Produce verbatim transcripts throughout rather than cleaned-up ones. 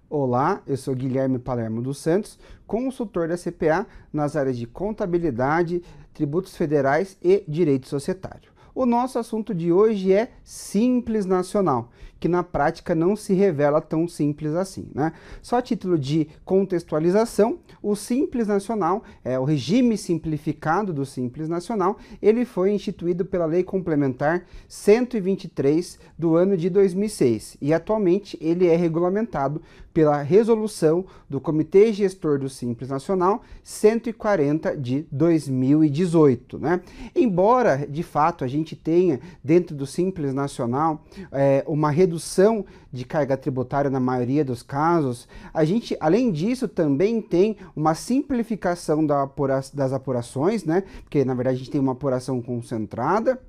Olá, eu sou Guilherme Palermo dos Santos, consultor da C P A nas áreas de contabilidade, tributos federais e direito societário. O nosso assunto de hoje é Simples Nacional, que na prática não se revela tão simples assim, né? Só a título de contextualização, o Simples Nacional, é o regime simplificado do Simples Nacional, ele foi instituído pela Lei Complementar cento e vinte e três do ano de dois mil e seis e atualmente ele é regulamentado pela resolução do Comitê Gestor do Simples Nacional cento e quarenta de dois mil e dezoito, né? Embora, de fato, a gente tenha dentro do Simples Nacional é, uma redução de carga tributária na maioria dos casos, a gente, além disso, também tem uma simplificação da apura, das apurações, né? Porque, na verdade, a gente tem uma apuração concentrada.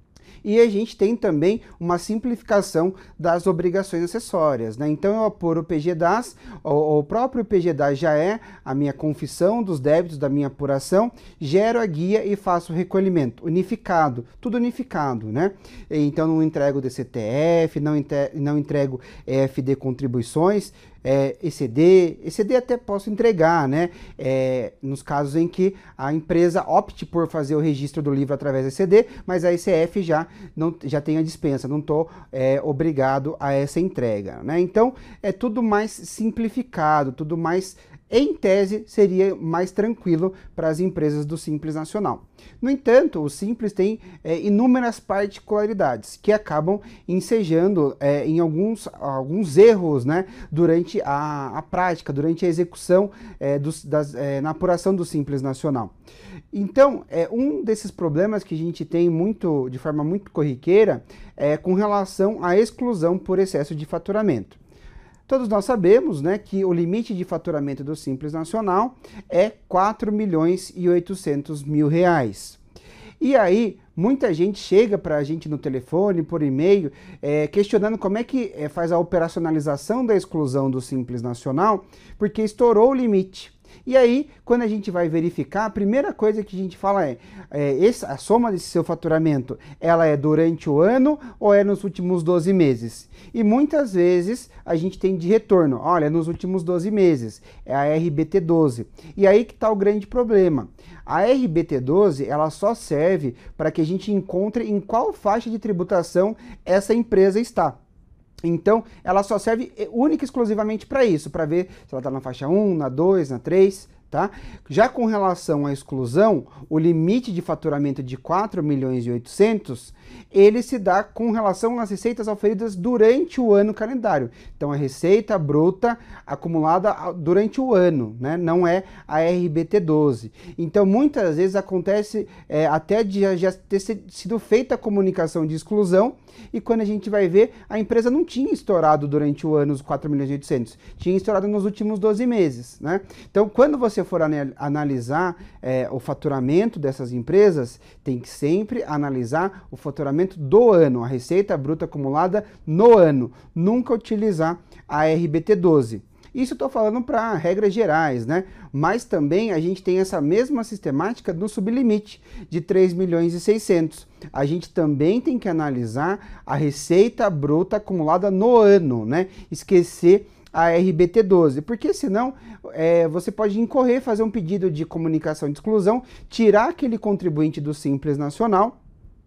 E a gente tem também uma simplificação das obrigações acessórias, né? Então eu apuro o P G D A S, o, o próprio P G D A S já é a minha confissão dos débitos da minha apuração, gero a guia e faço o recolhimento unificado, tudo unificado, né? Então não entrego D C T F, não, não entrego E F D contribuições, É, E C D, E C D até posso entregar, né? É, nos casos em que a empresa opte por fazer o registro do livro através da E C D, mas a E C F já, não, já tem a dispensa, não estou é, obrigado a essa entrega, né? Então é tudo mais simplificado, tudo mais, em tese, seria mais tranquilo para as empresas do Simples Nacional. No entanto, o Simples tem é, inúmeras particularidades que acabam ensejando é, em alguns, alguns erros, né, durante a, a prática, durante a execução é, dos, das, é, na apuração do Simples Nacional. Então, é, um desses problemas que a gente tem muito, de forma muito corriqueira é com relação à exclusão por excesso de faturamento. Todos nós sabemos, né, que o limite de faturamento do Simples Nacional é quatro milhões e oitocentos mil reais. E aí, muita gente chega para a gente no telefone, por e-mail, é, questionando como é que é, faz a operacionalização da exclusão do Simples Nacional, porque estourou o limite. E aí, quando a gente vai verificar, a primeira coisa que a gente fala é, é esse, a soma desse seu faturamento, ela é durante o ano ou é nos últimos doze meses? E muitas vezes a gente tem de retorno, olha, nos últimos doze meses, é a R B T doze. E aí que está o grande problema. A R B T doze, ela só serve para que a gente encontre em qual faixa de tributação essa empresa está. Então, ela só serve única e exclusivamente para isso, para ver se ela está na faixa um, na dois, na três, tá? Já com relação à exclusão, o limite de faturamento de quatro milhões e oitocentos, ele se dá com relação às receitas auferidas durante o ano calendário. Então, a receita bruta acumulada durante o ano, né? Não é a R B T doze. Então, muitas vezes acontece é, até de já ter sido feita a comunicação de exclusão e quando a gente vai ver, a empresa não tinha estourado durante o ano os quatro milhões e oitocentos, tinha estourado nos últimos doze meses, né? Então, quando você for analisar é, o faturamento dessas empresas, tem que sempre analisar o faturamento do ano, a receita bruta acumulada no ano, nunca utilizar a R B T doze. Isso eu estou falando para regras gerais, né? Mas também a gente tem essa mesma sistemática no sublimite de três milhões e seiscentos. A gente também tem que analisar a receita bruta acumulada no ano, né? Esquecer a R B T doze, porque senão é, você pode incorrer, fazer um pedido de comunicação de exclusão, tirar aquele contribuinte do Simples Nacional,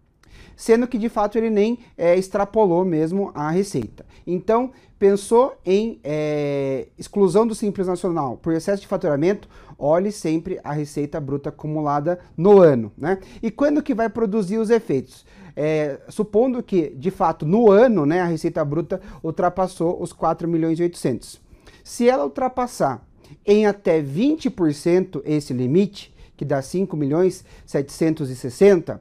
sendo que de fato ele nem é, extrapolou mesmo a receita. Então, pensou em é, exclusão do Simples Nacional por excesso de faturamento, olhe sempre a receita bruta acumulada no ano, né? E quando que vai produzir os efeitos? É, supondo que, de fato, no ano, né, a receita bruta ultrapassou os quatro milhões e oitocentos. Se ela ultrapassar em até vinte por cento esse limite, que dá cinco milhões setecentos e sessenta,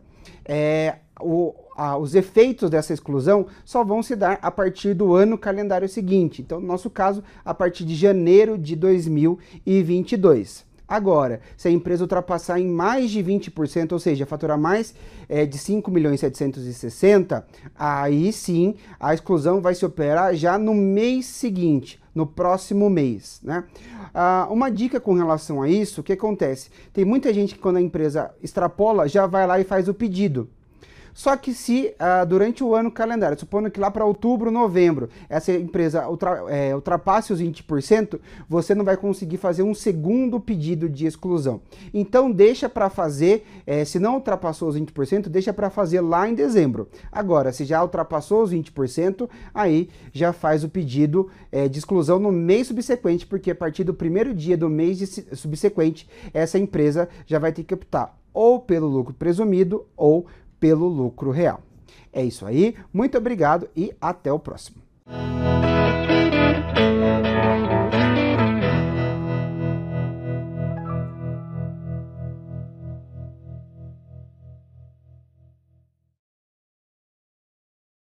é, o, a, os efeitos dessa exclusão só vão se dar a partir do ano calendário seguinte. Então, no nosso caso, a partir de janeiro de dois mil e vinte e dois. Agora, se a empresa ultrapassar em mais de vinte por cento, ou seja, faturar mais é, de cinco milhões setecentos e sessenta, aí sim a exclusão vai se operar já no mês seguinte, no próximo mês, né? Ah, uma dica com relação a isso, o que acontece? Tem muita gente que quando a empresa extrapola, já vai lá e faz o pedido. Só que se ah, durante o ano calendário, supondo que lá para outubro, novembro, essa empresa ultra, é, ultrapasse os vinte por cento, você não vai conseguir fazer um segundo pedido de exclusão. Então deixa para fazer, é, se não ultrapassou os vinte por cento, deixa para fazer lá em dezembro. Agora, se já ultrapassou os vinte por cento, aí já faz o pedido é, de exclusão no mês subsequente, porque a partir do primeiro dia do mês de subsequente, essa empresa já vai ter que optar ou pelo lucro presumido ou pelo lucro real. É isso aí, muito obrigado e até o próximo.